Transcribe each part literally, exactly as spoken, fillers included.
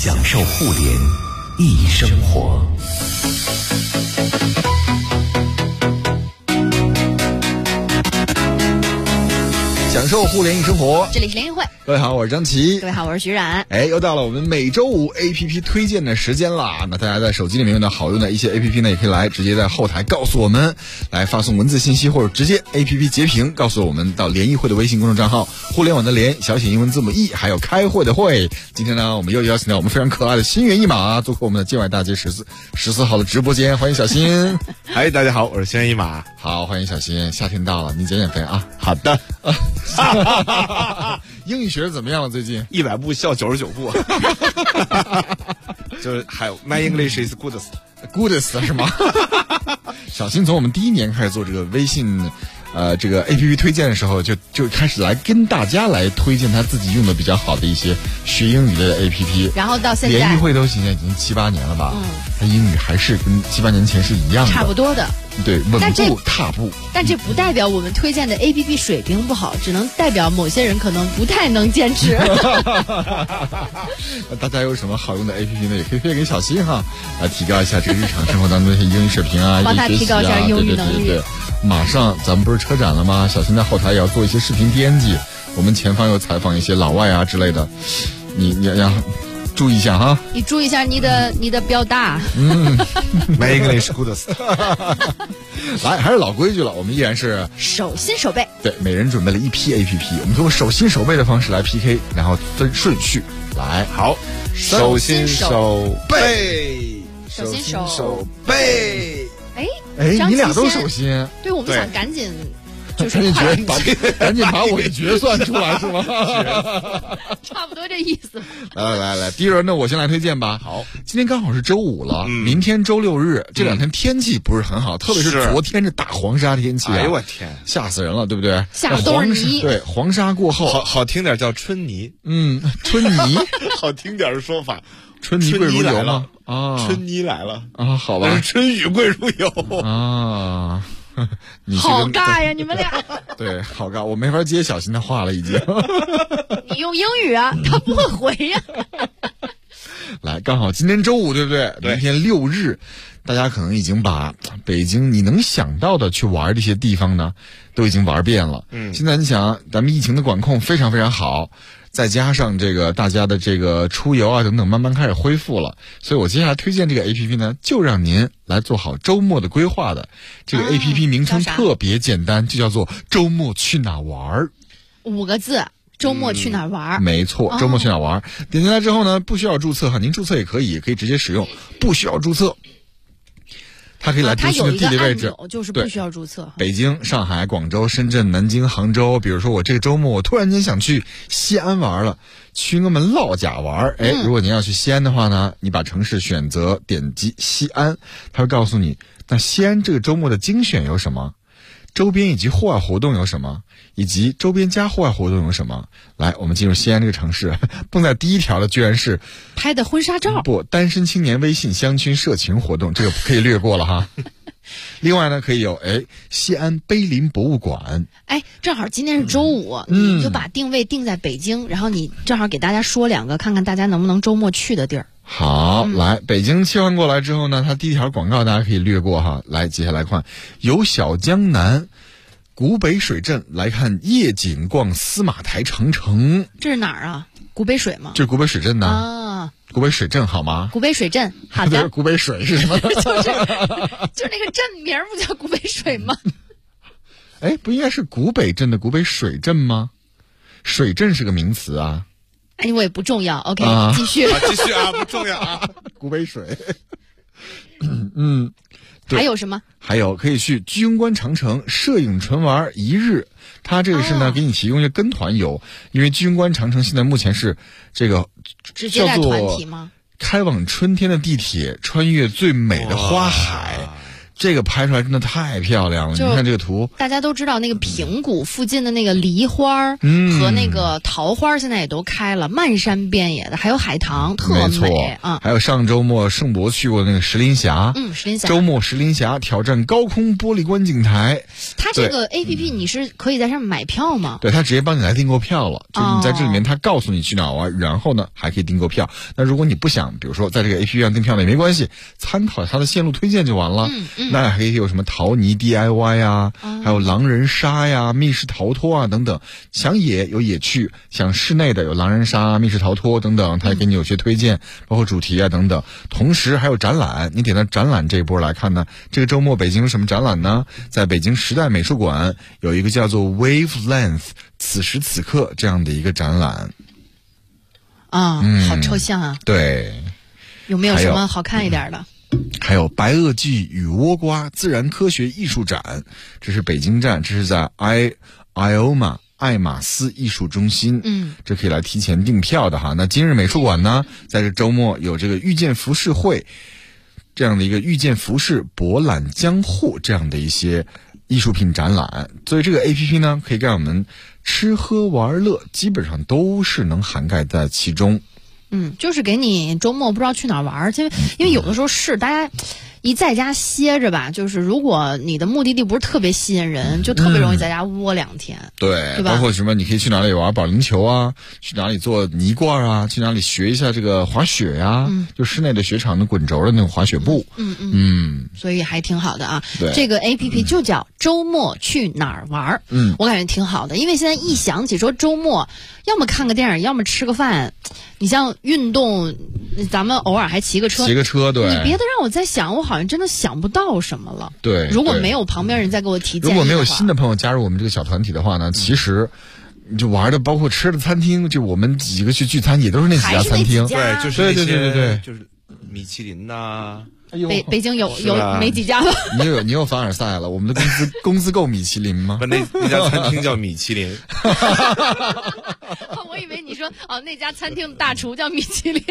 享受互联易生活。享受互联易生活， 这里是联谊会。 各位好，我是张琪。 各位好，我是徐冉。 哎，又到了我们每周五 A P P 推荐的时间啦。那大家在手机里面用的好用的一些 A P P 呢，也可以来直接在后台告诉我们，来发送文字信息或者直接 A P P 截屏告诉我们到联谊会的微信公众账号，互联网的联，小写英文字母 E， 还有开会的会。今天呢，我们又邀请到我们非常可爱的心猿意马做客我们的界外大街十四十四号的直播间，欢迎小新。 嗨，大家好，我是心猿意马。 好，欢迎小新。夏天到了，你减减肥啊。 好的。 英语学的怎么样了？最近一百步笑九十九步，就是还有 My English is goodest goodest 是吗？小新从我们第一年开始做这个微信，呃，这个 A P P 推荐的时候，就就开始来跟大家来推荐他自己用的比较好的一些学英语的 A P P。 然后到现在， 联谊会都现在已经七八年了吧？ 嗯， 他英语还是跟七八年前是一样的， 差不多的。 对，稳步踏步。 但这不代表我们推荐的 A P P 水平不好，只能代表某些人可能不太能坚持。 大家有什么好用的 A P P 呢？也可以推荐给小新哈，来提高一下这个日常生活当中的一些英语水平啊， 帮他提高一下英语能力。 对对对对，马上咱们不是车展了吗？小新在后台也要做一些视频编辑，我们前方又采访一些老外啊之类的，你你要注意一下哈， 你注意一下你的你的表达。 嗯 ，My English goodest。 来，还是老规矩了，我们依然是手心手背。 对，每人准备了一批 A P P， 我们通过手心手背的方式来 P K， 然后分顺序来。 好，手心手背， 手心手手背。 哎哎，你俩都手心。 对，我们想赶紧。就是赶紧把赶紧把我的决算出来是吗？ 差不多这意思。 来来来来，第一轮呢，我先来推荐吧。 好， 今天刚好是周五了， 嗯、 明天周六日，这两天天气不是很好，嗯、特别是昨天这大黄沙天气、啊， 哎呦我天， 吓死人了，对不对？ 下都是泥。 对，黄沙过后， 好好听点叫春泥， 嗯，春泥， 好听点的说法， 春泥贵如油吗？啊， 春泥来了啊，好吧， 春雨贵如油啊。你好尬呀，你们俩。 对，好尬，我没法接小新的话了，已经。 你用英语啊，他不会回呀。 来，刚好今天周五，对不对？ 对。 明天六日，大家可能已经把北京你能想到的去玩这些地方呢，都已经玩遍了。 嗯。 现在你想，咱们疫情的管控非常非常好。再加上这个大家的这个出游啊等等慢慢开始恢复了，所以我接下来推荐这个 A P P 呢，就让您来做好周末的规划的。这个 A P P 名称特别简单，就叫做周末去哪玩。 五个字，周末去哪玩？ 嗯、没错，周末去哪玩。哦、点进来之后呢，不需要注册哈，您注册也可以，可以直接使用，不需要注册。它可以来中心的地理位置， 啊、就是不需要注册。 北京、上海、广州、深圳、南京、杭州。比如说，我这个周末我突然间想去西安玩了，去我们老家玩。哎，如果您要去西安的话呢，你把城市选择，点击西安，它会告诉你，那西安这个周末的精选有什么，周边以及户外活动有什么，以及周边加户外活动有什么。来，我们进入西安这个城市，蹦在第一条的居然是拍的婚纱照。 不，单身青年微信相亲社群活动，这个可以略过了哈。另外呢，可以有哎西安碑林博物馆。 哎，正好今天是周五， 嗯、 你就把定位定在北京，然后你正好给大家说两个，看看大家能不能周末去的地儿。 好， 嗯、 来北京切换过来之后呢，它第一条广告大家可以略过哈。来，接下来看由小江南古北水镇来看夜景，逛司马台长城。 这是哪儿啊？古北水吗？ 这是古北水镇呢。 啊， 古北水镇好吗？ 古北水镇，好的。 古北水是什么？ 就是就是那个镇名不叫古北水吗？ 哎，不应该是古北镇的古北水镇吗？水镇是个名词啊。 哎，我也不重要。OK，、 啊、 继续。 啊，继续啊，不重要啊。 古北水。嗯。 还有什么？ 还有可以去居庸关长城摄影纯玩一日，它这个是呢、哦、给你提供一个跟团游，因为居庸关长城现在目前是这个直接带团体吗？ 开往春天的地铁，穿越最美的花海， 这个拍出来真的太漂亮了。你看这个图， 大家都知道那个平谷附近的那个梨花和那个桃花现在也都开了，漫山遍野的，还有海棠，特美啊。 还有上周末盛博去过那个石林峡， 嗯，石林峡， 周末石林峡挑战高空玻璃观景台。 它这个 A P P 你是可以在上面买票吗？ 对，它直接帮你来订购票了，就是你在这里面，它告诉你去哪玩，然后呢还可以订购票。那如果你不想，比如说在这个 A P P 上订票呢也没关系，参考它的线路推荐就完了。 嗯嗯， 那还可以有什么陶泥 D I Y 啊， 哦、 还有狼人杀呀、密室逃脱啊等等。想野有野趣，想室内的有狼人杀、密室逃脱等等，它也给你有些推荐，包括主题啊等等。同时还有展览，你点到展览这一波来看呢，这个周末北京有什么展览呢？在北京时代美术馆有一个叫做 Wavelength 此时此刻这样的一个展览。 啊、嗯，好抽象啊。 对。 有没有什么好看一点的？ 还有白垩纪与倭瓜自然科学艺术展，这是北京站，这是在 I IOMA 爱马仕艺术中心， 嗯， 这可以来提前订票的哈。那今日美术馆呢，在这周末有这个遇见浮世绘这样的一个遇见浮世博览江户这样的一些艺术品展览，所以这个 A P P 呢，可以让我们吃喝玩乐基本上都是能涵盖在其中。 嗯，就是给你周末不知道去哪儿玩，因为因为有的时候是大家一在家歇着吧，就是如果你的目的地不是特别吸引人，就特别容易在家窝两天。嗯、 对， 对吧？ 包括什么，你可以去哪里玩保龄球啊，去哪里做泥罐啊，去哪里学一下这个滑雪呀、啊嗯，就室内的雪场的滚轴的那种滑雪步。 嗯嗯嗯， 所以还挺好的啊。 对， 这个 A P P 就叫周末去哪儿玩。 嗯， 我感觉挺好的，因为现在一想起说周末，要么看个电影，要么吃个饭。你像运动，咱们偶尔还骑个车， 骑个车，对。 你别的让我在想，我好像真的想不到什么了。 对， 如果没有旁边人再给我提建议， 如果没有新的朋友加入我们这个小团体的话呢，其实你就玩的，包括吃的餐厅，就我们几个去聚餐也都是那几家餐厅， 对， 就是对对对对对， 就是米其林呐、啊。 北北京有有没几家吧？ 你有你有凡尔赛了，我们的公司公司够米其林吗？ 不，那那家餐厅叫米其林。 我以为你说哦，那家餐厅的大厨叫米其林。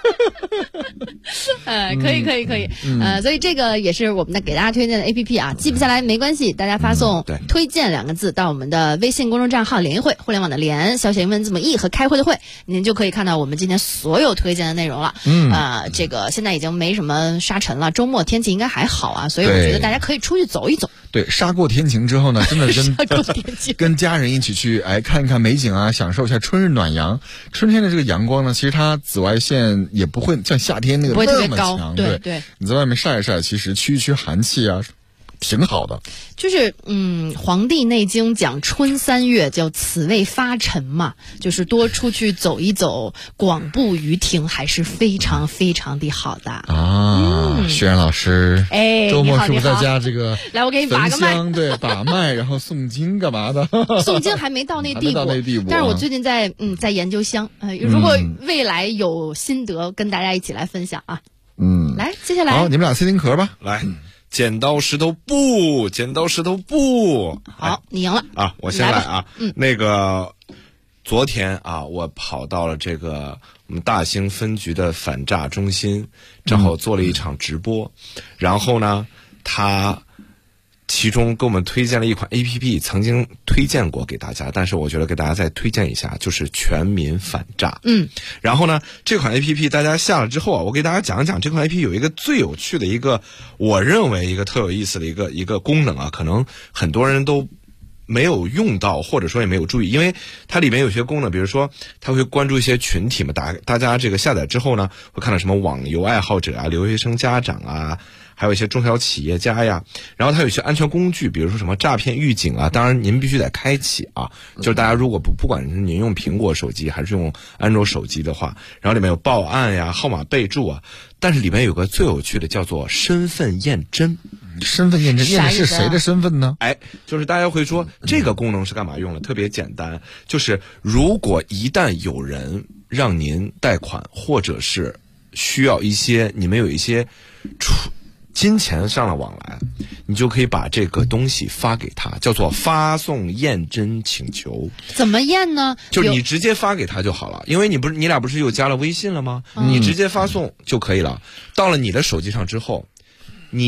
呃，可以可以可以，嗯、呃，所以这个也是我们的给大家推荐的 A P P 啊，记不下来没关系，大家发送“推荐”两个字到我们的微信公众账号“联谊会”，互联网的联，小写英文字母 E 和开会的会，您就可以看到我们今天所有推荐的内容了。 嗯， 呃，这个现在已经没什么沙尘了，周末天气应该还好啊，所以我觉得大家可以出去走一走。 对，杀过天晴之后呢，真的跟跟家人一起去，哎，看一看美景啊，享受一下春日暖阳。春天的这个阳光呢，其实它紫外线也不会像夏天那个那么强， 对对。 你在外面晒一晒，其实驱一驱寒气啊，挺好的。 就是嗯，《黄帝内经》讲春三月叫此谓发陈嘛，就是多出去走一走，广布于庭，还是非常非常的好的啊。嗯、薛然老师， 哎， 周末是不是在家这个来我给你把个麦， 对，把麦，然后诵经干嘛的？ 诵经还没到那地步， 到那地步、啊。 但是我最近在嗯在研究香，呃，如果未来有心得，跟大家一起来分享啊。 嗯， 来，接下来好，你们俩塞丁壳吧， 来。剪刀石头布，剪刀石头布。 好，你赢了啊！我先来啊。 嗯， 那个昨天啊，我跑到了这个我们大兴分局的反诈中心，正好做了一场直播。嗯、然后呢，他其中给我们推荐了一款 A P P， 曾经推荐过给大家，但是我觉得给大家再推荐一下，就是全民反诈。 嗯， 然后呢，这款 A P P 大家下了之后啊，我给大家讲一讲这款 A P P 有一个最有趣的一个，我认为一个特有意思的一个一个功能啊，可能很多人都没有用到，或者说也没有注意，因为它里面有些功能，比如说它会关注一些群体嘛，大大家这个下载之后呢，会看到什么网游爱好者啊、留学生家长啊。还有一些中小企业家呀，然后它有一些安全工具，比如说什么诈骗预警啊，当然您必须得开启啊，就是大家如果不不管是您用苹果手机还是用安卓手机的话，然后里面有报案呀、号码备注啊，但是里面有个最有趣的叫做身份验真。 身份验证验的是谁的身份呢？ 哎，就是大家会说这个功能是干嘛用的？特别简单，就是如果一旦有人让您贷款，或者是需要一些你们有一些出金钱上了往来，你就可以把这个东西发给他，叫做发送验真请求。 怎么验呢？ 就是你直接发给他就好了，因为你不是你俩不是又加了微信了吗？嗯、你直接发送就可以了。到了你的手机上之后，你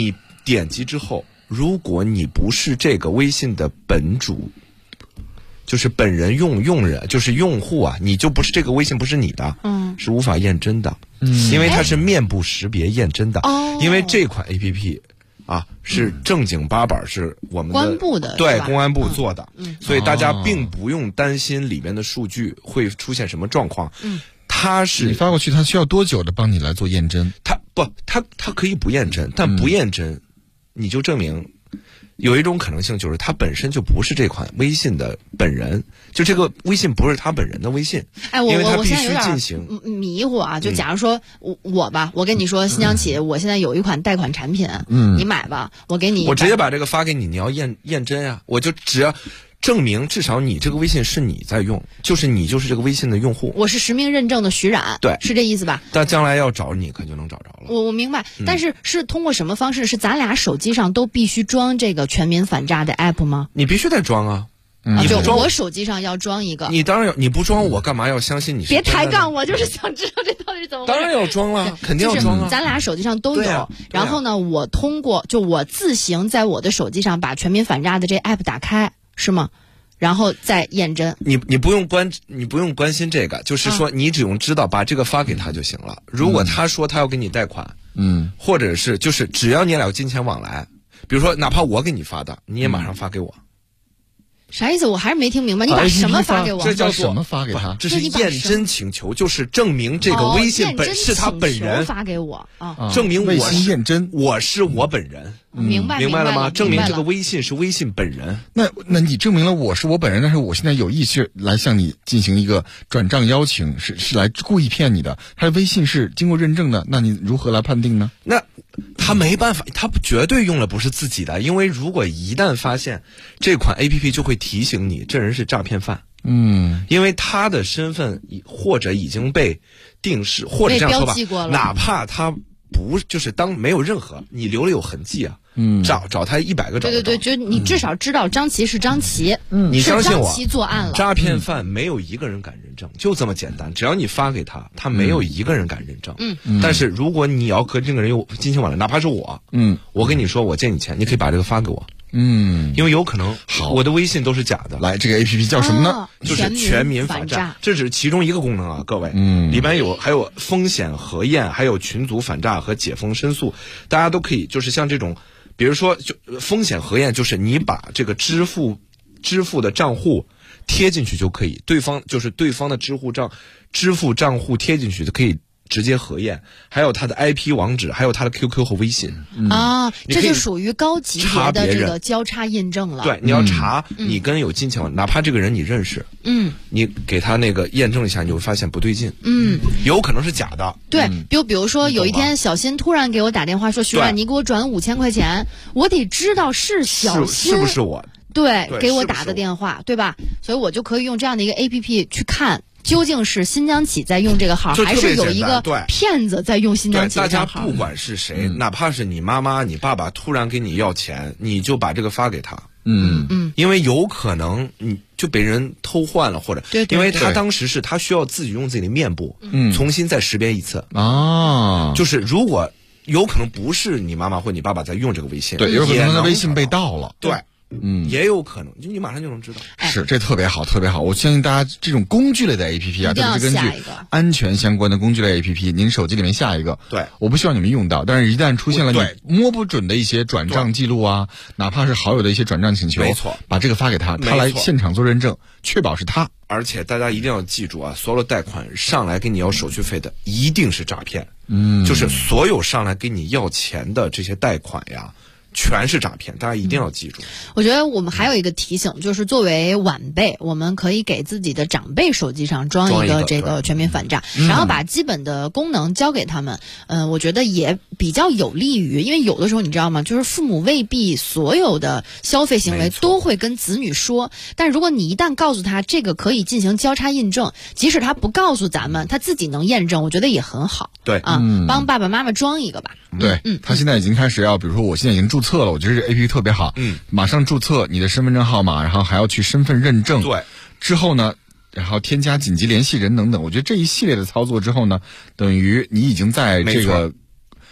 点击之后，如果你不是这个微信的本主，就是本人用用人，就是用户啊，你就不是这个微信不是你的，嗯，是无法验真的，嗯，因为它是面部识别验真的，哦，因为这款 A P P。啊，是正经八百，是我们的公安部的， 对，公安部做的，嗯，所以大家并不用担心里面的数据会出现什么状况。嗯，它是你发过去，它需要多久的帮你来做验真？ 它不，它它可以不验真，但不验真，嗯、你就证明有一种可能性，就是它本身就不是这款微信的本人，就这个微信不是他本人的微信。 哎，我因为它我现在有必须进行点迷糊啊！就假如说、嗯、我我吧，我跟你说，新疆企业，我现在有一款贷款产品，嗯，你买吧，我给你， 我直接把这个发给你，你要验验真啊，我就只要。证明至少你这个微信是你在用，就是你就是这个微信的用户。 我是实名认证的徐冉， 对， 是这意思吧？ 但将来要找你，可就能找着了。 我我明白，嗯、但是是通过什么方式？是咱俩手机上都必须装这个全民反诈的 app 吗？ 你必须得装啊！ 嗯、啊，就我手机上要装一个。 你当然要，你不装我干嘛要相信你是？ 别抬杠，我就是想知道这到底是怎么回事。 当然要装了，肯定要装啊！ 咱俩手机上都有， 啊、 然后呢，我通过就我自行在我的手机上把全民反诈的这 app 打开，是吗？然后再验真。 你你不用关你不用关心这个，就是说你只用知道把这个发给他就行了。如果他说他要给你贷款，嗯，或者是就是只要你俩有金钱往来，比如说哪怕我给你发的，你也马上发给我。 嗯、啥意思？我还是没听明白。你把什么发给我？ 这叫什么发给他？ 这是验真请求，就是证明这个微信本是他本人。 发给我啊， 证明我是验真， 我是我本人。 明白明白了吗？证明这个微微信是微信本人。 那那你证明了我是我本人，但是我现在有意去来向你进行一个转账邀请，是是来故意骗你的。他的微信是经过认证的，那你如何来判定呢？ 那他没办法，他绝对用的不是自己的，因为如果一旦发现这款 A P P 就会提醒你这人是诈骗犯。嗯，因为他的身份或者已经被定识，或者这样说吧，哪怕他不就是当没有任何你留了有痕迹啊。嗯，找找他一百个找不到。 对对对，就你至少知道张琪是张琪， 嗯，你相信我， 张琪作案了。 诈骗犯没有一个人敢认证，就这么简单。只要你发给他，他没有一个人敢认证。嗯，但是如果你要和这个人有金钱往来，哪怕是我，嗯，我跟你说我借你钱，你可以把这个发给我。嗯，因为有可能好，我的微信都是假的。 来，这个 A P P 叫什么呢？ 哦、 就是全民反诈，这只是其中一个功能啊，各位。嗯，里边有还有风险核验，还有群组反诈和解封申诉，大家都可以，就是像这种。比如说，就风险核验，就是你把这个支付支付的账户贴进去就可以，对方就是对方的支付账支付账户贴进去就可以直接核验，还有他的 I P 网址，还有他的 Q Q 和微信。 嗯、啊，这就属于高级别的这个交叉印证了。 对，你要查你跟有金钱往来，嗯、哪怕这个人你认识，嗯，你给他那个验证一下，你会发现不对劲，嗯，有可能是假的。 对，比如比如说有一天小新突然给我打电话说，徐冉，你给我转五千块钱，我得知道是小新是不是我？ 对，给我打的电话，对吧？所以我就可以用这样的一个 A P P 去看。究竟是新疆企在用这个号，还是有一个骗子在用新疆企的号？ 大家不管是谁，嗯、哪怕是你妈妈、你爸爸突然给你要钱，你就把这个发给他。嗯嗯，因为有可能你就被人偷换了，或者对对因为他当时是他需要自己用自己的面部，嗯，重新再识别一次啊。就是如果有可能不是你妈妈或你爸爸在用这个微信， 对，有可能他的微信被盗了， 对。嗯，也有可能，就你马上就能知道。 是，这特别好，特别好。我相信大家这种工具类的 A P P 啊，特别是根据安全相关的工具类 A P P， 您手机里面下一个。 对， 我不希望你们用到，但是一旦出现了你摸不准的一些转账记录啊，哪怕是好友的一些转账请求， 没错， 把这个发给他，他来现场做认证，确保是他。 而且大家一定要记住啊，所有的贷款上来给你要手续费的，一定是诈骗。嗯，就是所有上来给你要钱的这些贷款呀。全是诈骗，大家一定要记住。 我觉得我们还有一个提醒，就是作为晚辈，我们可以给自己的长辈手机上装一个这个全民反诈，然后把基本的功能交给他们。嗯、呃，我觉得也比较有利于，因为有的时候你知道吗？就是父母未必所有的消费行为都会跟子女说，但如果你一旦告诉他这个可以进行交叉印证，即使他不告诉咱们，他自己能验证，我觉得也很好。 对啊，嗯、帮爸爸妈妈装一个吧。 对，嗯，他现在已经开始要，比如说我现在已经注册了，我觉得这 A P P 特别好，嗯，马上注册你的身份证号码，然后还要去身份认证， 对， 之后呢，然后添加紧急联系人等等，我觉得这一系列的操作之后呢，等于你已经在这个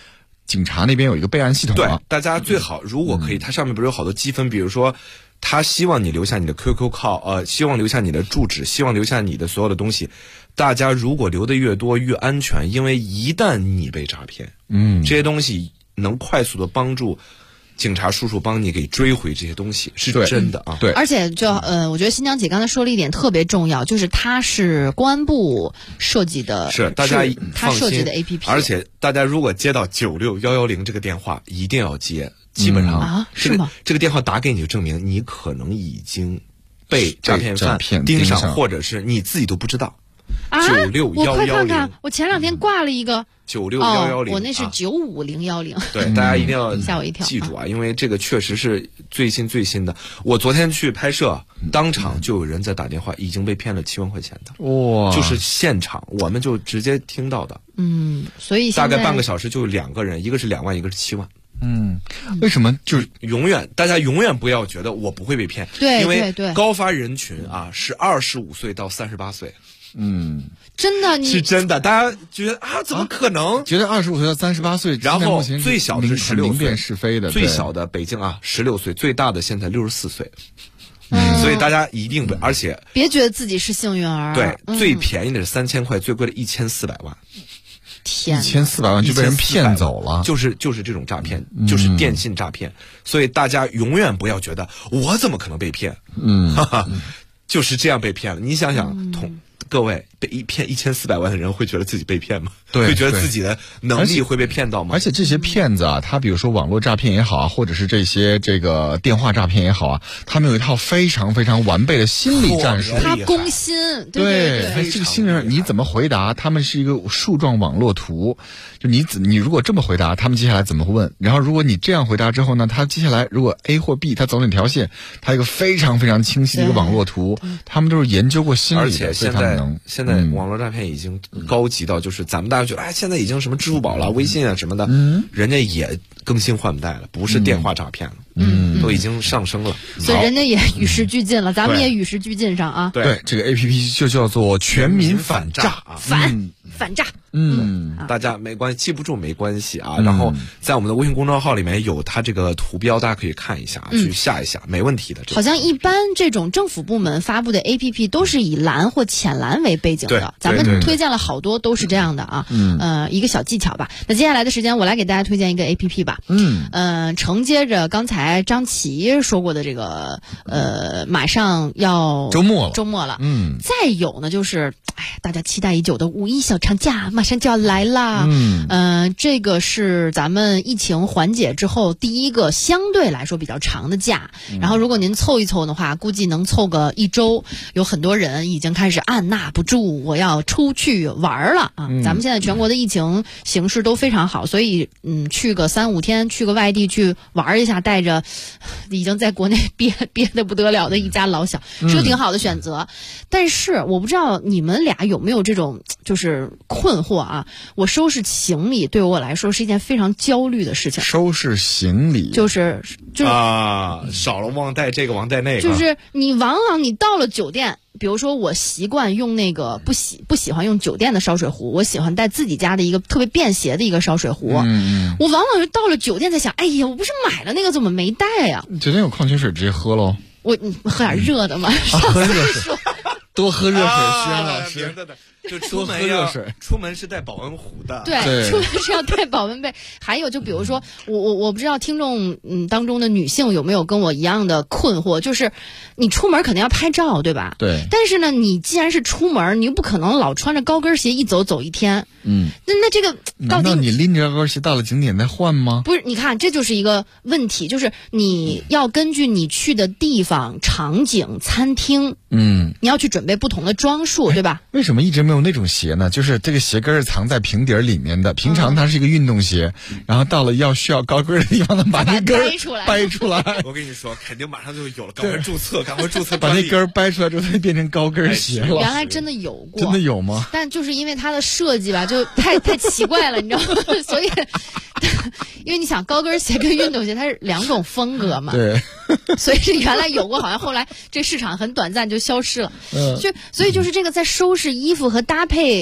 警察那边有一个备案系统了。 对，大家最好如果可以，它上面不是有好多积分，比如说他希望你留下你的 Q Q 号，呃，希望留下你的住址，希望留下你的所有的东西。大家如果留的越多越安全，因为一旦你被诈骗，嗯，这些东西能快速的帮助警察叔叔帮你给追回这些东西，是真的啊。 对， 而且就呃，我觉得新疆姐刚才说了一点特别重要，就是它是公安部设计的， 是大家他设计的 A P P， 而且大家如果接到九六幺幺零这个电话，一定要接。基本上、 嗯、啊，是吗？ 这个电话打给你，就证明你可能已经被诈骗犯盯上， 上或者是你自己都不知道。 啊！ 九六幺幺零， 我快看看，我前两天挂了一个九六幺幺零， 我那是九五零幺零。 对，大家一定要吓我一跳， 记住啊，因为这个确实是最新最新的。我昨天去拍摄，当场就有人在打电话，已经被骗了七万块钱的。 哇！ 就是现场，我们就直接听到的。 嗯，所以大概半个小时就有两个人，一个是两万，一个是七万。 嗯，为什么就是永远大家永远不要觉得我不会被骗？ 对， 因为对高发人群啊是二十五岁到三十八岁。 嗯， 真的，你是真的，大家觉得啊，怎么可能？ 啊、觉得二十五岁到三十八岁， 然后最小的是十六岁， 明辨是非的， 最小的北京啊十六岁，最大的现在六十四岁。嗯，所以大家一定不，而且别觉得自己是幸运儿。 对， 嗯、 最便宜的是三千块，最贵的一千四百万。 天， 一千四百万就被人骗走了， 就是就是这种诈骗，就是电信诈骗。嗯、所以大家永远不要觉得我怎么可能被骗， 嗯， 哈哈，就是这样被骗了。你想想，嗯、同各位被一骗一千四百万的人会觉得自己被骗吗？ 对， 会觉得自己的能力会被骗到吗？ 而且这些骗子啊，他比如说网络诈骗也好啊，或者是这些这个电话诈骗也好啊，他们有一套非常非常完备的心理战术。 他攻心，对对对，这个心理上你怎么回答？他们是一个树状网络图，就你你如果这么回答，他们接下来怎么问？然后如果你这样回答之后呢，他接下来如果 A 或 B， 他走哪条线？他一个非常非常清晰的一个网络图，他们都是研究过心理的， 而且现在能现在网络诈骗已经高级到，就是咱们大家觉得，哎，现在已经什么支付宝了、微信啊什么的，嗯，人家也更新换代了，不是电话诈骗了，嗯，都已经上升了， 所以人家也与时俱进了，咱们也与时俱进上啊。 对，这个 A P P 就叫做全民反诈， 反反诈。 嗯， 大家没关系，记不住没关系啊。然后在我们的微信公众号里面有它这个图标，大家可以看一下，去下一下，没问题的。 好像一般这种政府部门发布的 A P P 都是以蓝或浅蓝为背景的，咱们推荐了好多都是这样的啊。嗯，呃，一个小技巧吧。那接下来的时间，我来给大家推荐一个 A P P 吧。嗯，呃，承接着刚才张琪说过的这个，呃，马上要周末了， 周末了。 嗯， 再有呢，就是哎呀，大家期待已久的五一小长假马上就要来啦。嗯，呃，这个是咱们疫情缓解之后第一个相对来说比较长的假。嗯、然后，如果您凑一凑的话，估计能凑个一周。有很多人已经开始按捺不住，我要出去玩了啊！嗯、咱们现在全国的疫情形势都非常好，所以嗯，去个三五天，去个外地去玩一下，带着已经在国内憋憋得不得了的一家老小，是个挺好的选择。嗯、但是我不知道你们俩有没有这种就是困惑啊？我收拾行李对我来说是一件非常焦虑的事情。 收拾行李就是就是啊，少了忘带这个忘带那个， 就是你往往你到了酒店。比如说，我习惯用那个不喜不喜欢用酒店的烧水壶，我喜欢带自己家的一个特别便携的一个烧水壶。嗯，我往往就到了酒店在想，哎呀，我不是买了那个，怎么没带呀？ 酒店有矿泉水，直接喝喽。 我你喝点热的嘛， 啊、喝热水，多喝热水，徐安老师。 就出门要出门是带保温壶的， 对，对出门是要带保温杯。还有就比如说，我我我不知道听众嗯当中的女性有没有跟我一样的困惑，就是你出门肯定要拍照，对吧？ 对。 但是呢，你既然是出门，你又不可能老穿着高跟鞋一走走一天。嗯。那那这个到底难道你拎着高跟鞋到了景点再换吗？ 不是，你看这就是一个问题，就是你要根据你去的地方、场景、餐厅，嗯，你要去准备不同的装束，对吧？ 为什么一直没有？有那种鞋呢，就是这个鞋跟是藏在平底儿里面的。平常它是一个运动鞋，嗯、然后到了要需要高跟的地方呢，把那根掰出来。 掰出来。 我跟你说，肯定马上就有了，赶快注册，赶快注册。 把那根掰出来之后，它就变成高跟鞋了。 原来真的有过， 真的有吗？ 但就是因为它的设计吧，就太太奇怪了，你知道吗？所以，因为你想高跟鞋跟运动鞋它是两种风格嘛， 对。 所以是原来有过，好像后来这市场很短暂就消失了。嗯，就所以就是这个在收拾衣服和搭配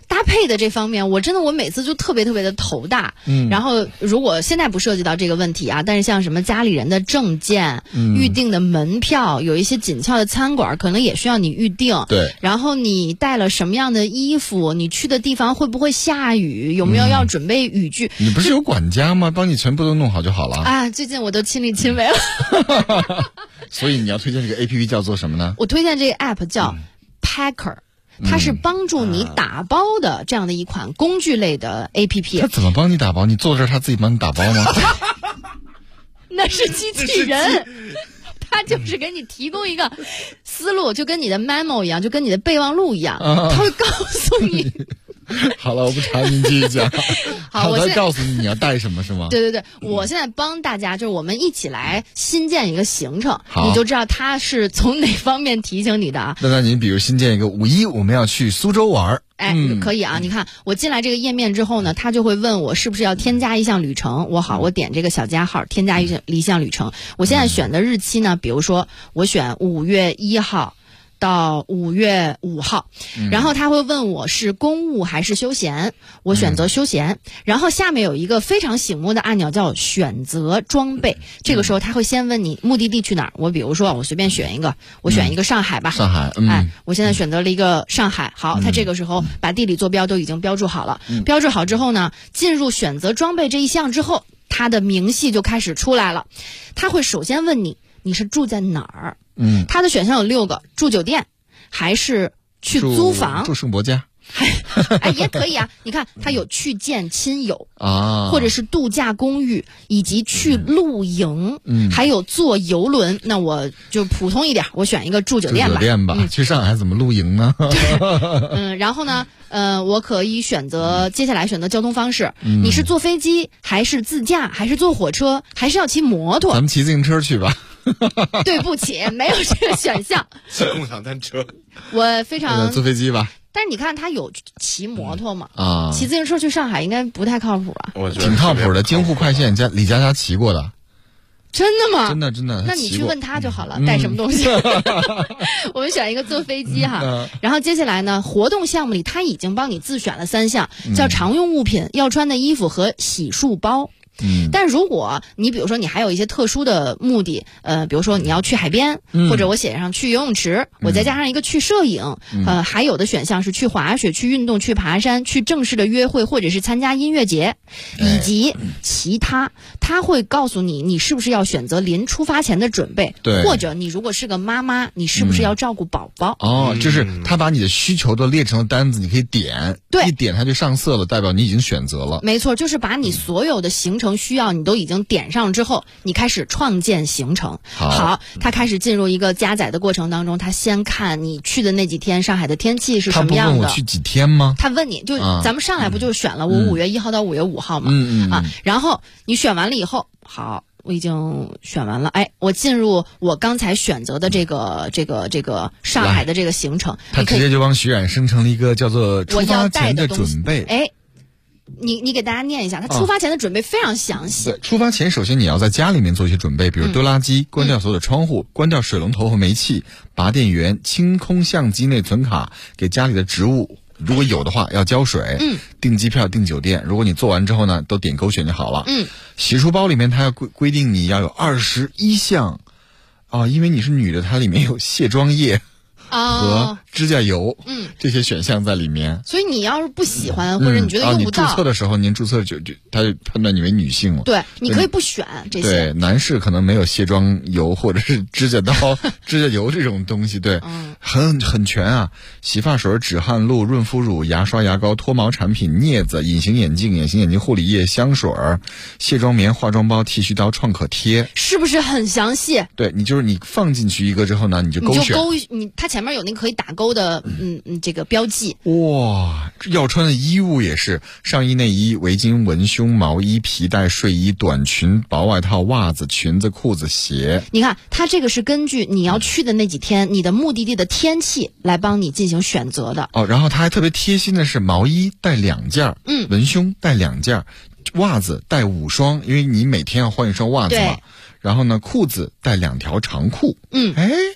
搭配的这方面，我真的我每次就特别特别的头大。嗯，然后如果现在不涉及到这个问题啊，但是像什么家里人的证件、嗯、预定的门票，有一些紧俏的餐馆可能也需要你预定。 对， 然后你带了什么样的衣服，你去的地方会不会下雨，有没有要准备雨具？ 嗯、你不是有管家吗？帮你全部都弄好就好了啊！最近我都亲力亲为了。 所以你要推荐这个 A P P 叫做什么呢？ 我推荐这个 App 叫 Packer。嗯它是帮助你打包的这样的一款工具类的 A P P。 它怎么帮你打包？你坐这儿，它自己帮你打包吗？ 那是机器人，它就是给你提供一个思路，就跟你的 memo 一样，就跟你的备忘录一样，它会告诉你。 好了，我不查，您继续讲。 好，我再告诉你你要带什么是吗？ 对对对，我现在帮大家，就是我们一起来新建一个行程，你就知道它是从哪方面提醒你的啊。 那那您比如新建一个五一我们要去苏州玩， 哎，嗯、可以啊。你看我进来这个页面之后呢，它就会问我是不是要添加一项旅程。我好，我点这个小加号，添加一项一项旅程。我现在选的日期呢，比如说我选五月一号。到五月五号，然后他会问我是公务还是休闲，我选择休闲，嗯、然后下面有一个非常醒目的按钮叫选择装备，这个时候他会先问你目的地去哪儿，我比如说我随便选一个，我选一个上海吧， 嗯、上海，嗯、 哎，我现在选择了一个上海，好，他这个时候把地理坐标都已经标注好了，嗯、标注好之后呢，进入选择装备这一项之后，它的明细就开始出来了，他会首先问你你是住在哪儿。嗯，它的选项有六个：住酒店，还是去租房？ 住圣伯家， 哎，也可以啊。你看，它有去见亲友啊，或者是度假公寓，以及去露营，嗯，还有坐游轮。那我就普通一点，我选一个住酒店吧。 住酒店吧，嗯、去上海怎么露营呢？ 嗯，然后呢，呃，我可以选择接下来选择交通方式。嗯、你是坐飞机，还是自驾，还是坐火车，还是要骑摩托？ 咱们骑自行车去吧。 对不起，没有这个选项。 骑共享单车， 我非常坐飞机吧。 但是你看，他有骑摩托嘛？ 啊， 骑自行车去上海应该不太靠谱啊。 我觉得挺靠谱的，京沪快线加李佳佳骑过的。 真的吗？ 真的真的。 那你去问他就好了，嗯、带什么东西？我们选一个坐飞机哈。嗯、然后接下来呢，活动项目里他已经帮你自选了三项，叫常用物品、要穿的衣服和洗漱包。嗯，但如果你比如说你还有一些特殊的目的，呃，比如说你要去海边，嗯、或者我写上去游泳池，嗯、我再加上一个去摄影，嗯、呃，还有的选项是去滑雪、去运动、去爬山、去正式的约会，或者是参加音乐节，以及其他，他会告诉你你是不是要选择临出发前的准备， 对， 或者你如果是个妈妈，你是不是要照顾宝宝？ 嗯、哦，就是他把你的需求都列成了单子，你可以点， 对， 一点它就上色了，代表你已经选择了。 没错，就是把你所有的行程需要你都已经点上之后，你开始创建行程。 好， 好，他开始进入一个加载的过程当中，他先看你去的那几天上海的天气是什么样的。 他不问我去几天吗？ 他问你就、啊、咱们上来不就选了我五月一号到五月五号嘛？ 嗯嗯啊，然后你选完了以后，好。我已经选完了，哎，我进入我刚才选择的这个这个这个上海的这个行程， 他直接就帮徐冉生成了一个叫做出发前的准备。 哎，你你给大家念一下，他出发前的准备非常详细。 对，出发前首先你要在家里面做一些准备，比如丢垃圾、嗯、关掉所有的窗户、嗯、关掉水龙头和煤气、拔电源、清空相机内存卡，给家里的植物。如果有的话要浇水，嗯，订机票订酒店，如果你做完之后呢都点勾选就好了。 嗯， 洗漱包里面它要规规定你要有二十一项啊，因为你是女的，它里面有卸妆液和指甲油，嗯，这些选项在里面。 所以你要是不喜欢、嗯、或者你觉得用不到， 啊、你注册的时候您注册就就他就判断你为女性了。 对，你可以不选这些。 对，男士可能没有卸妆油或者是指甲刀、指甲油这种东西，对，嗯、很很全啊。洗发水、止汗露、润肤乳、牙刷、牙膏、脱毛产品、镊子、隐形眼镜、隐形眼镜护理液、香水、卸妆棉、化妆包、剃须刀、创可贴， 是不是很详细？ 对，你就是你放进去一个之后呢，你就勾选， 你就勾你，它前面有那个可以打勾的，嗯嗯，这个标记。 哇，要穿的衣物也是上衣、内衣、围巾、文胸、毛衣、皮带、睡衣、短裙、薄外套、袜子、裙子、裤子、鞋。 你看，它这个是根据你要去的那几天，你的目的地的天气来帮你进行选择的。 哦，然后它还特别贴心的是，毛衣带两件，嗯，文胸带两件，袜子带五双，因为你每天要换一双袜子嘛。然后呢，裤子带两条长裤。 嗯， 哎，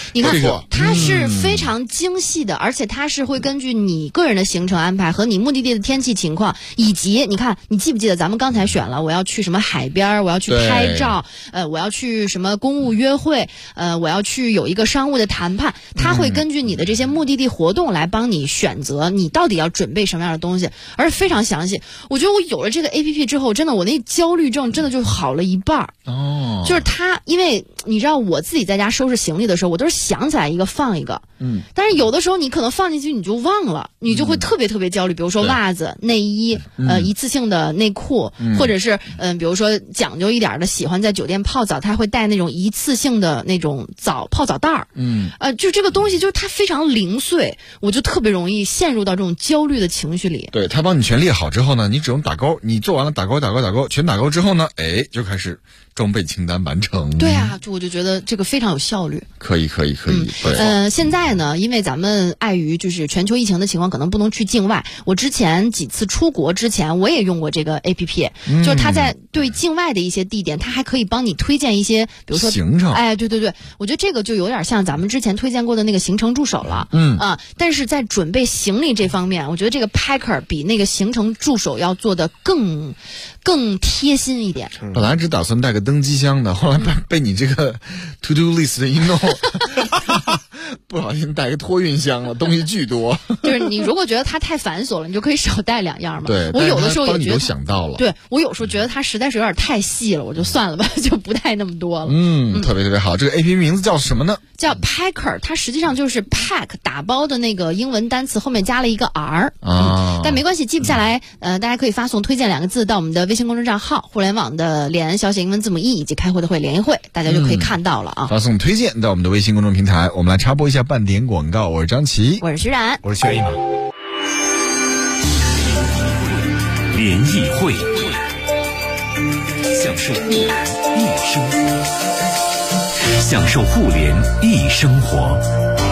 你看， 这个它是非常精细的，嗯、而且它是会根据你个人的行程安排和你目的地的天气情况，以及你看，你记不记得咱们刚才选了，我要去什么海边，我要去拍照，呃，我要去什么公务约会，呃，我要去有一个商务的谈判，它会根据你的这些目的地活动来帮你选择你到底要准备什么样的东西，而非常详细。我觉得我有了这个 A P P 之后，真的我那焦虑症真的就好了一半哦。 就是它，因为你知道我自己在家收拾行李的时候，我都是想起来一个放一个，嗯，但是有的时候你可能放进去你就忘了，你就会特别特别焦虑。比如说袜子、内衣，呃，一次性的内裤，嗯、或者是嗯、呃，比如说讲究一点的，喜欢在酒店泡澡，他会带那种一次性的那种澡泡澡袋儿，嗯，呃，就这个东西就是它非常零碎，我就特别容易陷入到这种焦虑的情绪里。 对，他帮你全列好之后呢，你只用打勾，你做完了打勾打勾打勾，全打勾之后呢，哎，就开始装备清单完成。 对啊，就我就觉得这个非常有效率。 可以可以可以。嗯、 对，呃，现在呢，因为咱们碍于就是全球疫情的情况，可能不能去境外。我之前几次出国之前，我也用过这个 A P P，、嗯、就是它在对境外的一些地点，它还可以帮你推荐一些，比如说行程。 哎，对对对，我觉得这个就有点像咱们之前推荐过的那个行程助手了。嗯啊，但是在准备行李这方面，我觉得这个 Packer 比那个行程助手要做的更更贴心一点。 本来只打算带个登机箱的，后来被被你这个 To Do List 一弄，不小心带个托运箱了，东西巨多。 就是你如果觉得它太繁琐了，你就可以少带两样嘛。 对， 我有的时候也觉得都想到了。 对，我有时候觉得它实在是有点太细了，我就算了吧，就不带那么多了。 嗯，嗯特别特别好。这个 A P P 名字叫什么呢？ 叫 Packer， 它实际上就是 pack 打包的那个英文单词后面加了一个 r 啊、嗯，但没关系，记不下来。呃，大家可以发送推荐两个字到我们的微信公众账号“互联网的联”小写英文字母 E 以及开会的会联谊会，大家就可以看到了啊。 发送推荐到我们的微信公众平台，我们来插播一下半点广告。我是张琪， 我是徐冉， 我是薛一马。 联谊会，享受互联易生活，享受互联易生活。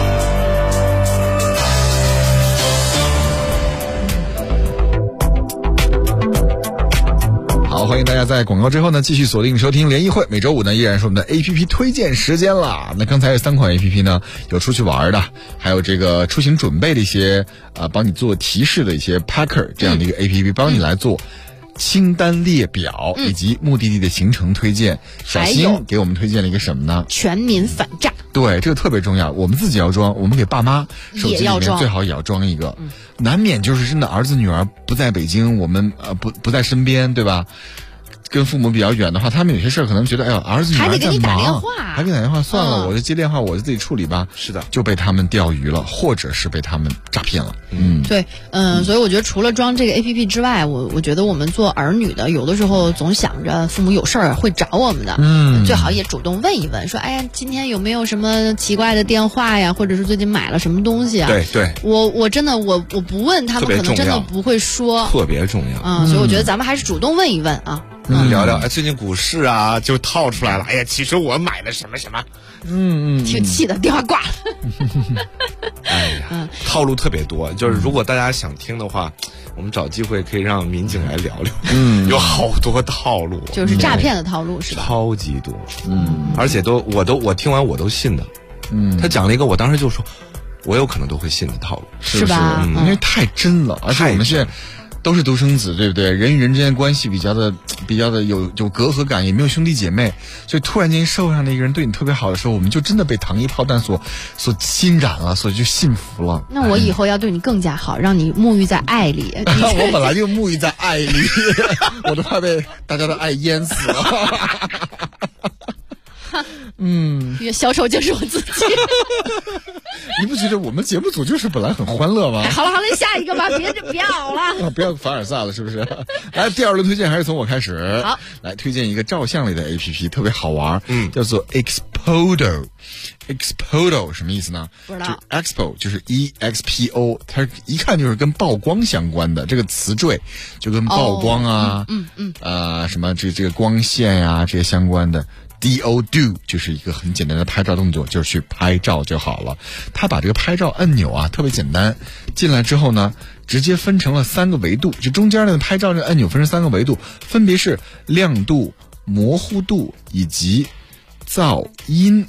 好，欢迎大家在广告之后呢继续锁定收听联谊会，每周五呢依然是我们的 A P P 推荐时间啦。那刚才有三款 A P P 呢，有出去玩的，还有这个出行准备的一些呃帮你做提示的一些 Packer 这样的一个 A P P，、嗯、帮你来做清单列表、嗯、以及目的地的行程推荐。小新给我们推荐了一个什么呢？ 全民反诈。 对，这个特别重要，我们自己要装，我们给爸妈手机里面最好也要装一个，嗯、难免就是真的儿子女儿不在北京，我们呃不不在身边，对吧？跟父母比较远的话，他们有些事儿可能觉得，哎呦，儿子女儿还得给你打电话， 还给你打电话，算了，嗯、我就接电话，我就自己处理吧。 是的， 就被他们钓鱼了，或者是被他们诈骗了。 嗯，对，嗯、呃，所以我觉得除了装这个 A P P 之外，我我觉得我们做儿女的，有的时候总想着父母有事儿会找我们的，嗯，最好也主动问一问，说，哎呀，今天有没有什么奇怪的电话呀，或者是最近买了什么东西啊？ 对对， 我我真的我我不问他们，可能真的不会说， 特别重要啊、嗯，所以我觉得咱们还是主动问一问啊。 嗯，聊聊哎，最近股市啊，就套出来了。哎呀，其实我买了什么什么， 嗯嗯，挺气的，电话挂了。 哎呀，套路特别多。就是如果大家想听的话，我们找机会可以让民警来聊聊。嗯，有好多套路， 就是诈骗的套路是吧？ 超级多，嗯，而且都我都我听完我都信的。嗯，他讲了一个，我当时就说，我有可能都会信的套路， 是吧？ 嗯、因为太真了，而且我们现在都是独生子，对不对？人与人之间关系比较的、比较的有有隔阂感，也没有兄弟姐妹，所以突然间社会上的一个人对你特别好的时候，我们就真的被糖衣炮弹所所浸染了，所以就信服了。 那我以后要对你更加好，让你沐浴在爱里。 我本来就沐浴在爱里，我都怕被大家的爱淹死了。嗯， 小丑就是我自己。 你不觉得我们节目组就是本来很欢乐吗？ 哎、好了好了，下一个吧，别不要了， 不要凡尔赛了，是不是？来，第二轮推荐还是从我开始。 好， 来推荐一个照相类的 A P P， 特别好玩，嗯，叫做 Expoto。Expoto 什么意思呢？ 不知道。 Expo 就是 E X P O， 它一看就是跟曝光相关的这个词缀，就跟曝光啊， 哦、嗯嗯, 嗯，呃，什么这这个光线呀、啊、这些相关的。D O do 就是一个很简单的拍照动作，就是去拍照就好了。他把这个拍照按钮啊特别简单，进来之后呢，直接分成了三个维度，就中间的拍照这个按钮分成三个维度，分别是亮度、模糊度以及噪音。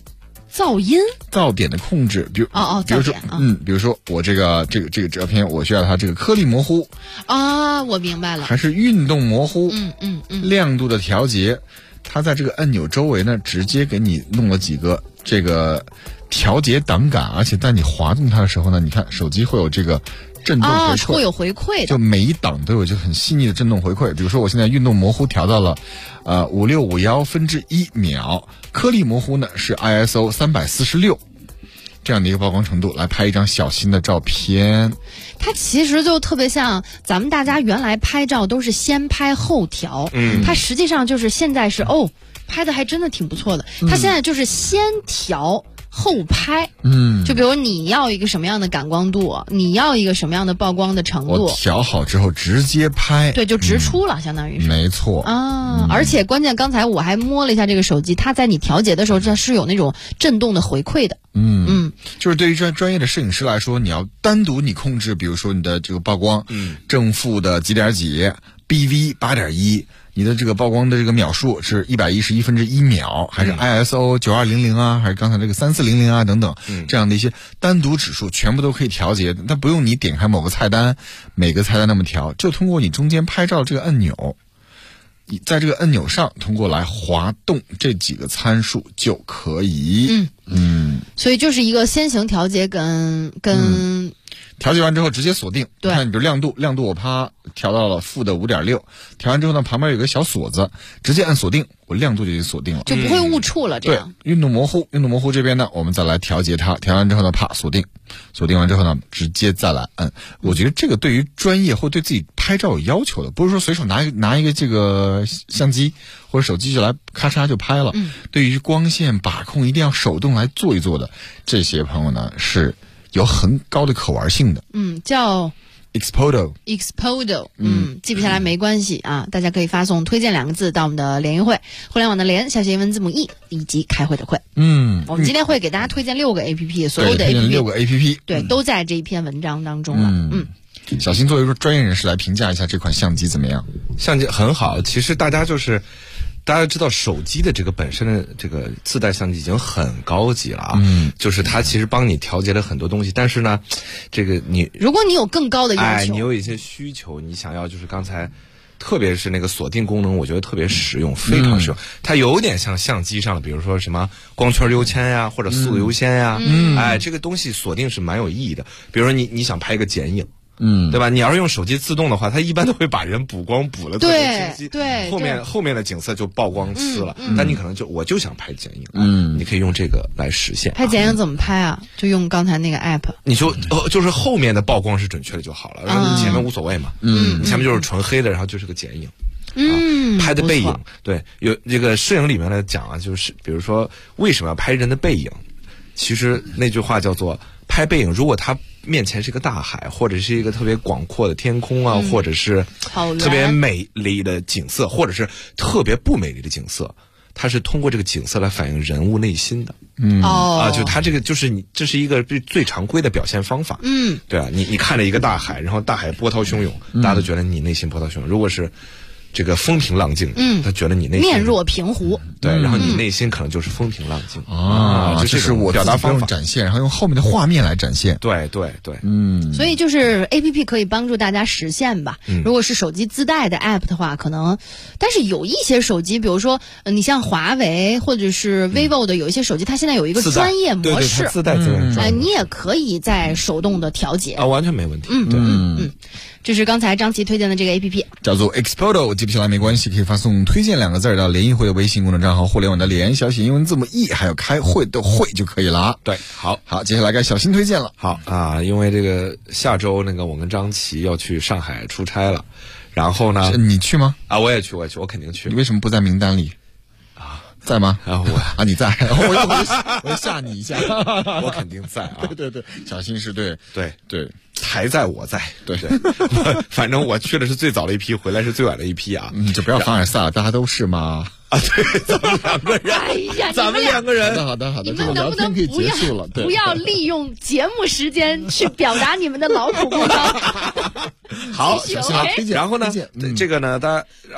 噪音、 噪点的控制，比如哦哦， 比如说， 啊、 嗯，比如说我这个这个这个照片，我需要它这个颗粒模糊啊，我明白了， 还是运动模糊， 嗯嗯嗯， 亮度的调节，它在这个按钮周围呢，直接给你弄了几个这个调节档杆，而且在你滑动它的时候呢，你看手机会有这个震动回馈， 啊、会有回馈的， 就每一档都有就很细腻的震动回馈。比如说我现在运动模糊调到了呃五六五幺分之一秒，颗粒模糊呢是 I S O 三百四十六。这样的一个曝光程度来拍一张小新的照片， 它其实就特别像咱们大家原来拍照都是先拍后调， 嗯， 它实际上就是现在是哦，拍的还真的挺不错的。它现在就是先调后拍， 嗯， 就比如你要一个什么样的感光度，你要一个什么样的曝光的程度， 我调好之后直接拍， 对，就直出了，嗯、相当于是， 没错啊、嗯。而且关键刚才我还摸了一下这个手机，它在你调节的时候，它是有那种震动的回馈的。 嗯嗯，就是对于专专业的摄影师来说，你要单独你控制，比如说你的这个曝光，嗯，正负的几点几 ，B V 八点一，你的这个曝光的这个秒数是一百一十一分之一秒，还是 I S O 九二零零啊，还是刚才这个三四零零啊等等，嗯，这样的一些单独指数全部都可以调节的，它不用你点开某个菜单，每个菜单那么调，就通过你中间拍照这个按钮。你在这个按钮上通过来滑动这几个参数就可以。 嗯嗯， 所以就是一个先行调节跟跟、 嗯、调节完之后直接锁定。 对， 看你比如亮度，亮度我啪调到了负的五点六，调完之后呢，旁边有个小锁子，直接按锁定，我亮度就已经锁定了， 就不会误触了。这样， 对，运动模糊，运动模糊这边呢，我们再来调节它，调完之后呢，啪锁定，锁定完之后呢，直接再来按。我觉得这个对于专业或对自己拍照有要求的，不是说随手拿一拿一个这个相机或者手机就来咔嚓就拍了。嗯，对于光线把控一定要手动来做一做的，这些朋友呢是有很高的可玩性的。 嗯，叫 Expoto Expoto， 嗯，记不下来没关系啊，大家可以发送推荐两个字到我们的联谊会，互联网的联，小写英文字母 E 以及开会的会。 嗯， 我们今天会给大家推荐六个 A P P， 所有的 A P P 六个 A P P， 对，都在这一篇文章当中了。嗯， 嗯，小新作为一个专业人士来评价一下这款相机怎么样？ 相机很好，其实大家就是。大家知道手机的这个本身的这个自带相机已经很高级了啊，嗯，就是它其实帮你调节了很多东西，但是呢，这个你如果你有更高的要求， 哎，你有一些需求，你想要就是刚才，特别是那个锁定功能，我觉得特别实用，非常实用。嗯、它有点像相机上的，比如说什么光圈优先呀，或者速度优先呀，嗯，哎，这个东西锁定是蛮有意义的。比如说你你想拍一个剪影。嗯，对吧？你要是用手机自动的话，它一般都会把人补光补了特别清晰， 对， 后面后面的景色就曝光呲了。嗯嗯、但你可能就我就想拍剪影， 嗯， 你可以用这个来实现。 拍剪影怎么拍啊？就用刚才那个 app， 你就呃就是后面的曝光是准确的就好了，然后你前面无所谓嘛，嗯，你前面就是纯黑的，然后就是个剪影。 嗯、 啊，拍的背影，对，有这个摄影里面来讲啊，就是比如说为什么要拍人的背影？其实那句话叫做拍背影，如果它面前是一个大海，或者是一个特别广阔的天空啊，嗯、或者是特别美丽的景色，或者是特别不美丽的景色，它是通过这个景色来反映人物内心的。 嗯啊，就它这个就是你这是一个最常规的表现方法。嗯，对啊，你你看着一个大海，然后大海波涛汹涌，嗯、大家都觉得你内心波涛汹涌。如果是这个风平浪静，嗯，他觉得你内心面若平湖， 对，然后你内心可能就是风平浪静啊， 这是我表达方法展现，然后用后面的画面来展现， 对对对， 嗯， 所以就是 A P P 可以帮助大家实现吧。嗯、如果是手机自带的 App 的话，可能，但是有一些手机，比如说呃、你像华为或者是 vivo 的，有一些手机它现在有一个专业模式， 对对自带自带， 哎、嗯，你也可以在手动的调节啊，完全没问题。 嗯嗯嗯。这是刚才张琪推荐的这个 A P P， 叫做 Expoto， 记不起来没关系，可以发送推荐两个字到联谊会的微信公众账号，互联网的联，小写英文字母 E， 还有开会的会就可以了。 对，好， 好，接下来该小新推荐了。 好啊，因为这个下周那个我跟张琪要去上海出差了，然后呢， 你去吗？ 啊，我也去，我也去，我肯定去。 你为什么不在名单里？在吗？ 啊，我啊，你在，我要我我吓你一下， 我肯定在啊！ 对对对，小新是对对对， 才在我在， 对对，反正我去的是最早的一批，回来是最晚的一批啊！ 你就不要凡尔赛了，大家都是嘛。 啊，对，咱们两个人， 哎呀， 咱们两个人， 好的好的好的， 你们能不能不要不要利用节目时间去表达你们的劳苦功高？ 好， 小新推荐， 然后呢，这个呢，大家然后。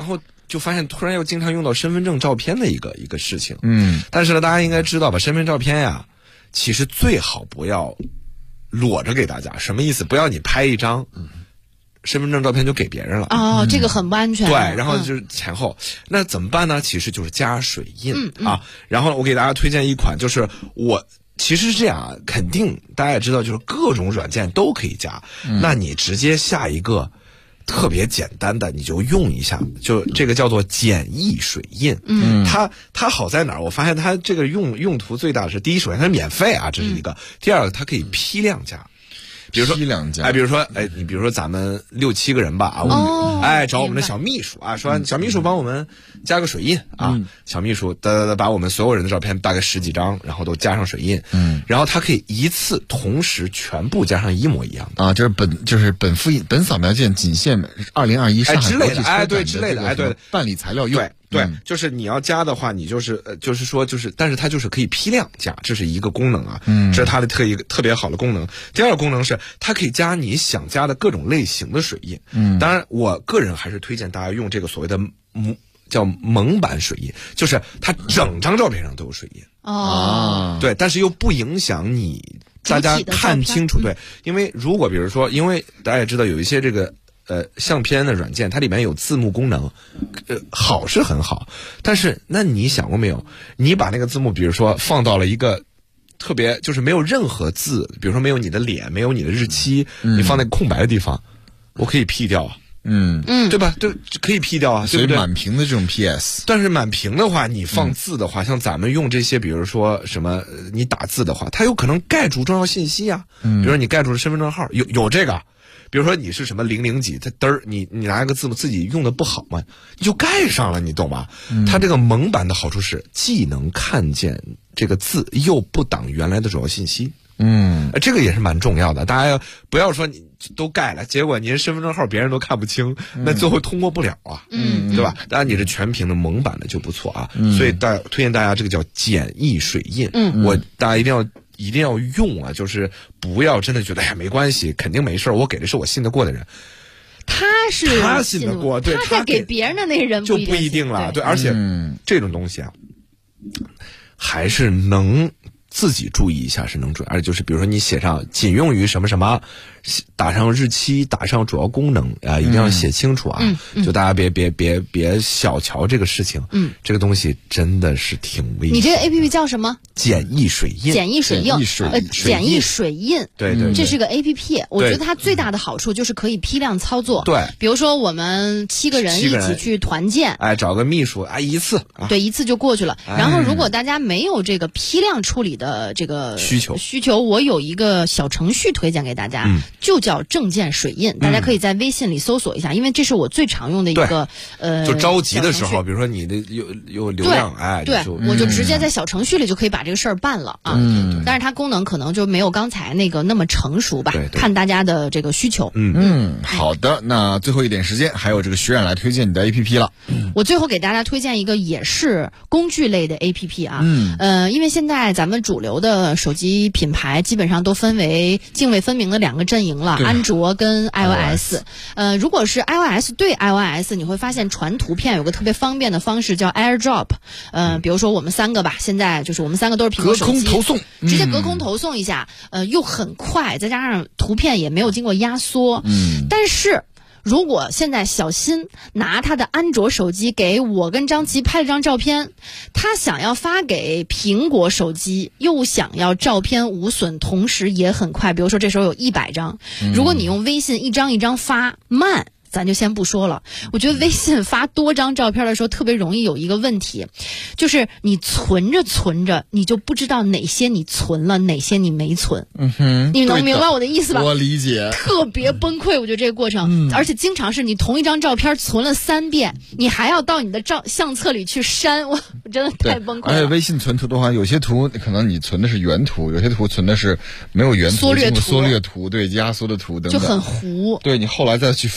就发现突然又经常用到身份证照片的一个一个事情。 嗯， 但是呢，大家应该知道吧，身份照片呀，其实最好不要裸着给大家。什么意思？不要你拍一张身份证照片就给别人了。 哦，嗯、这个很不安全。 对，然后就是前后，嗯、那怎么办呢？其实就是加水印、 嗯嗯、 啊。然后我给大家推荐一款，就是我。其实是这样啊，肯定大家也知道，就是各种软件都可以加。嗯、那你直接下一个特别简单的，你就用一下，就这个叫做简易水印。嗯，它它好在哪儿？我发现它这个用用途最大的是，第一，首先它是免费啊，这是一个；嗯、第二个，它可以批量加。比如说， 批量加， 哎，比如说，哎，你比如说咱们六七个人吧，啊，我们、哦、哎找我们的小秘书啊，说小秘书帮我们加个水印啊，嗯、小秘书哒哒哒把我们所有人的照片大概十几张，然后都加上水印，嗯，然后他可以一次同时全部加上一模一样的啊，就是本就是本复印本扫描件仅限二零二一上海国际车展哎对之类的哎对办理材料用。 对对、嗯，就是你要加的话，你就是呃，就是说就是，但是它就是可以批量加，这是一个功能啊，嗯，这是它的特一个特别好的功能。第二个功能是它可以加你想加的各种类型的水印，嗯，当然我个人还是推荐大家用这个所谓的蒙叫蒙版水印，就是它整张照片上都有水印哦， 对，但是又不影响你大家看清楚，对，因为如果比如说，因为大家也知道有一些这个。呃，相片的软件它里面有字幕功能，呃，好是很好，但是那你想过没有？你把那个字幕，比如说放到了一个特别就是没有任何字，比如说没有你的脸，没有你的日期，嗯、你放在空白的地方，我可以 P 掉啊， 嗯嗯， 对吧？对，可以 P 掉啊， 所以对不对？ 满屏的这种 P S， 但是满屏的话，你放字的话，嗯、像咱们用这些，比如说什么，你打字的话，它有可能盖住重要信息啊，嗯，比如说你盖住了身份证号，有有这个。比如说你是什么零零几，它嘚儿，你你拿一个字母自己用的不好嘛，你就盖上了，你懂吗？嗯、它这个蒙版的好处是既能看见这个字，又不挡原来的主要信息。嗯，这个也是蛮重要的。大家要不要说你都盖了，结果您身份证号别人都看不清，嗯、那最后通过不了啊，嗯，对吧？当然你是全屏的蒙版的就不错啊。嗯、所以大推荐大家这个叫简易水印。嗯，我大家一定要。一定要用啊！就是不要真的觉得哎呀没关系，肯定没事，我给的是我信得过的人。 他是他信得过，对， 他在给别人的那个人就不一定了。对，而且、嗯、这种东西啊，还是能自己注意一下，是能注意。而且就是比如说你写上仅用于什么什么，打上日期，打上主要功能啊、呃，一定要写清楚啊！ 嗯嗯、 就大家别别别别小瞧这个事情。嗯，这个东西真的是挺危险。 你这个 A P P 叫什么？ 简易水印。 简易水印。呃，简易水印。 对对， 这是个 A P P。我觉得它最大的好处就是可以批量操作。 对， 比如说我们七个人一起去团建， 哎，找个秘书，哎，一次，啊、 对，一次就过去了。哎、然后如果大家没有这个批量处理的这个需求需求，我有一个小程序推荐给大家，嗯、就叫证件水印，大家可以在微信里搜索一下，嗯、因为这是我最常用的一个呃， 就着急的时候，比如说你的有有流量，哎， 对， 就我就直接在小程序里就可以把这个事儿办了啊。嗯，但是它功能可能就没有刚才那个那么成熟吧， 对对， 看大家的这个需求。 嗯嗯，好的，那最后一点时间，还有这个学冉来推荐你的 A P P 了。 嗯、我最后给大家推荐一个也是工具类的 A P P 啊，嗯，呃，因为现在咱们主流的手机品牌基本上都分为泾渭分明的两个阵营了，安卓跟 iOS。呃，如果是 iOS 对 iOS， 你会发现传图片有个特别方便的方式叫 AirDrop。呃，比如说我们三个吧，现在就是我们三个都是苹果手机， 隔空投送， 嗯、直接隔空投送一下，呃，又很快，再加上图片也没有经过压缩。嗯，但是。如果现在小新拿他的安卓手机给我跟张琪拍了张照片，他想要发给苹果手机，又想要照片无损，同时也很快，比如说这时候有一百张，如果你用微信一张一张发，慢。咱就先不说了，我觉得微信发多张照片的时候特别容易有一个问题，就是你存着存着，你就不知道哪些你存了，哪些你没存。 嗯哼， 你能明白我的意思吧？ 我理解。 特别崩溃，我觉得这个过程，嗯、而且经常是你同一张照片存了三遍，你还要到你的照相册里去删，我我真的太崩溃了。 而且微信存图的话，有些图可能你存的是原图，有些图存的是没有原图， 缩略图、 缩略图，对，压缩的图等等， 就很糊。 对，你后来再去分的话呢？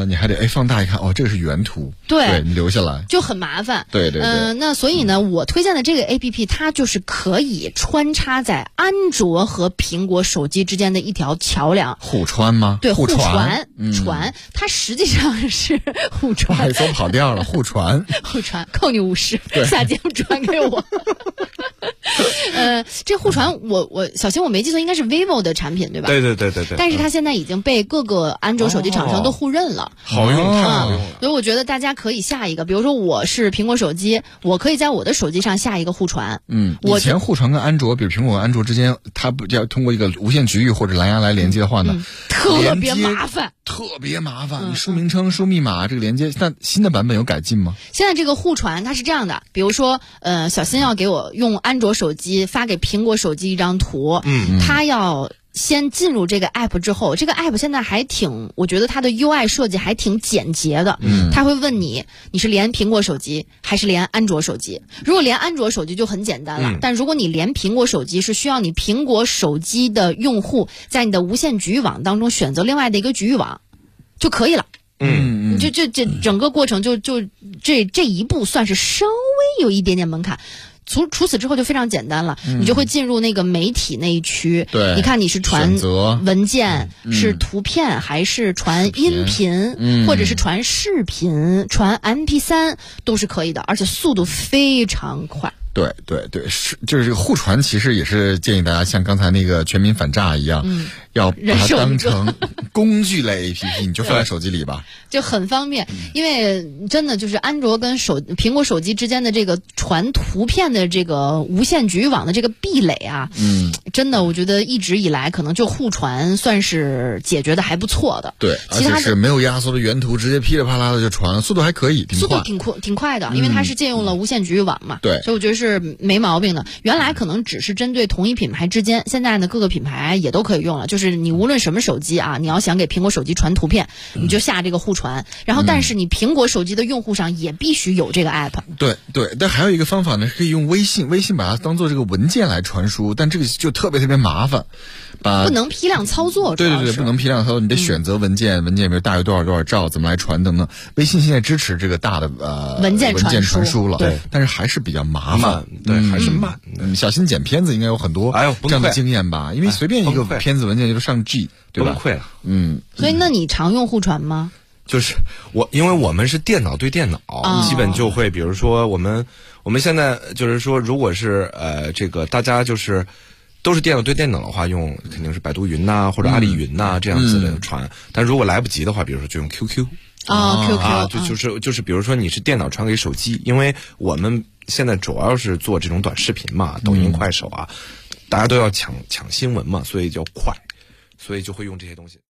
呢，你还得哎放大一看，哦，这个是原图， 对， 对你留下来就很麻烦。 对对对。 嗯、呃，那所以呢，我推荐的这个 A P P， 它就是可以穿插在安卓和苹果手机之间的一条桥梁。 互穿吗？ 对，互传， 嗯、传，它实际上是互传。 还说跑调了，互传， 互传，扣你五十，下节目传给我。呃，这互传，我我小新我没记错，应该是 vivo 的产品对吧？ 对对对对对。 但是它现在已经被各个安卓手机厂商都互认了， 哦、好用，太好用了。 所以我觉得大家可以下一个，比如说我是苹果手机，我可以在我的手机上下一个互传。 嗯，以前互传跟安卓，比如苹果和安卓之间，它不要通过一个无线局域或者蓝牙来连接的话呢， 嗯、特别麻烦， 特别麻烦。嗯、你输名称、输密码，这个连接，那新的版本有改进吗？ 现在这个互传它是这样的，比如说，呃，小新要给我用安卓手机发给苹果手机一张图， 嗯， 他要先进入这个 app 之后，这个 app 现在还挺，我觉得它的 U I 设计还挺简洁的。 嗯， 他会问你，你是连苹果手机还是连安卓手机？如果连安卓手机就很简单了，嗯、但如果你连苹果手机，是需要你苹果手机的用户在你的无线局域网当中选择另外的一个局域网就可以了。 嗯， 你就这这整个过程就就这这一步算是稍微有一点点门槛。除除此之后就非常简单了， 嗯、 你就会进入那个媒体那一区。 对， 你看你是传文件、嗯、是图片还是传音频， 嗯、 或者是传视频、传 M P 三都是可以的，而且速度非常快。 对对对，是就是这个互传，其实也是建议大家像刚才那个全民反诈一样， 嗯、 要把它当成工具类 A P P， 你就放在手机里吧， 就很方便。因为真的就是安卓跟手苹果手机之间的这个传图片的这个无线局域网的这个壁垒啊， 嗯， 真的我觉得一直以来可能就互传算是解决的还不错的。 对，而且是没有压缩的原图，直接噼里啪啦的就传，速度还可以，挺快， 速度挺快挺快的，因为它是借用了无线局域网嘛。 对， 所以我觉得是。是没毛病的。原来可能只是针对同一品牌之间，现在呢各个品牌也都可以用了。就是你无论什么手机啊，你要想给苹果手机传图片，你就下这个互传。然后，但是你苹果手机的用户上也必须有这个 app。 对对，但还有一个方法呢，是可以用微信，微信把它当做这个文件来传输，但这个就特别特别麻烦，把不能批量操作。 对对对，不能批量操作，你得选择文件，嗯、文件比如大于多少多少兆，怎么来传等等。微信现在支持这个大的呃文件文件传输了， 对， 但是还是比较麻烦。 对，还是慢。 嗯，小新剪片子应该有很多这样的经验吧？因为随便一个片子文件就是上 G， 对吧？ 崩溃了。 嗯， 所以那你常用互传吗？ 就是我，因为我们是电脑对电脑， 哦、 基本就会，比如说我们我们现在就是说，如果是呃这个大家就是都是电脑对电脑的话，用肯定是百度云呐、啊、或者阿里云呐、啊、这样子的传。嗯、但如果来不及的话，比如说就用 Q Q。 哦 ，Q Q 啊，就就是就是，比如说你是电脑传给手机，因为我们现在主要是做这种短视频嘛，抖音、快手啊，大家都要抢抢新闻嘛，所以叫快，所以就会用这些东西。